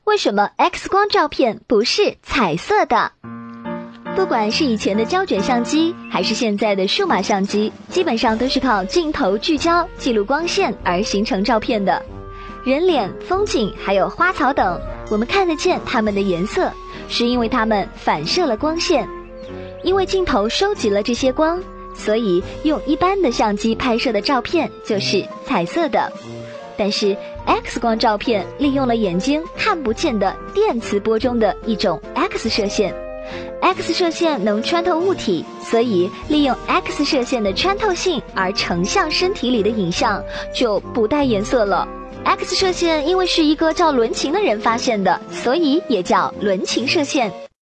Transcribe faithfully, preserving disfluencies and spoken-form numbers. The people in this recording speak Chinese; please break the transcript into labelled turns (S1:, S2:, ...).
S1: 为什么 X 光照片不是彩色的？不管是以前的胶卷相机，还是现在的数码相机，基本上都是靠镜头聚焦记录光线而形成照片的。人脸、风景还有花草等，我们看得见它们的颜色，是因为它们反射了光线。因为镜头收集了这些光，所以用一般的相机拍摄的照片就是彩色的。但是 X 光照片利用了眼睛看不见的电磁波中的一种 X 射线。X 射线能穿透物体，所以利用 X 射线的穿透性而成像身体里的影像就不带颜色了。X 射线因为是一个叫伦琴的人发现的，所以也叫伦琴射线。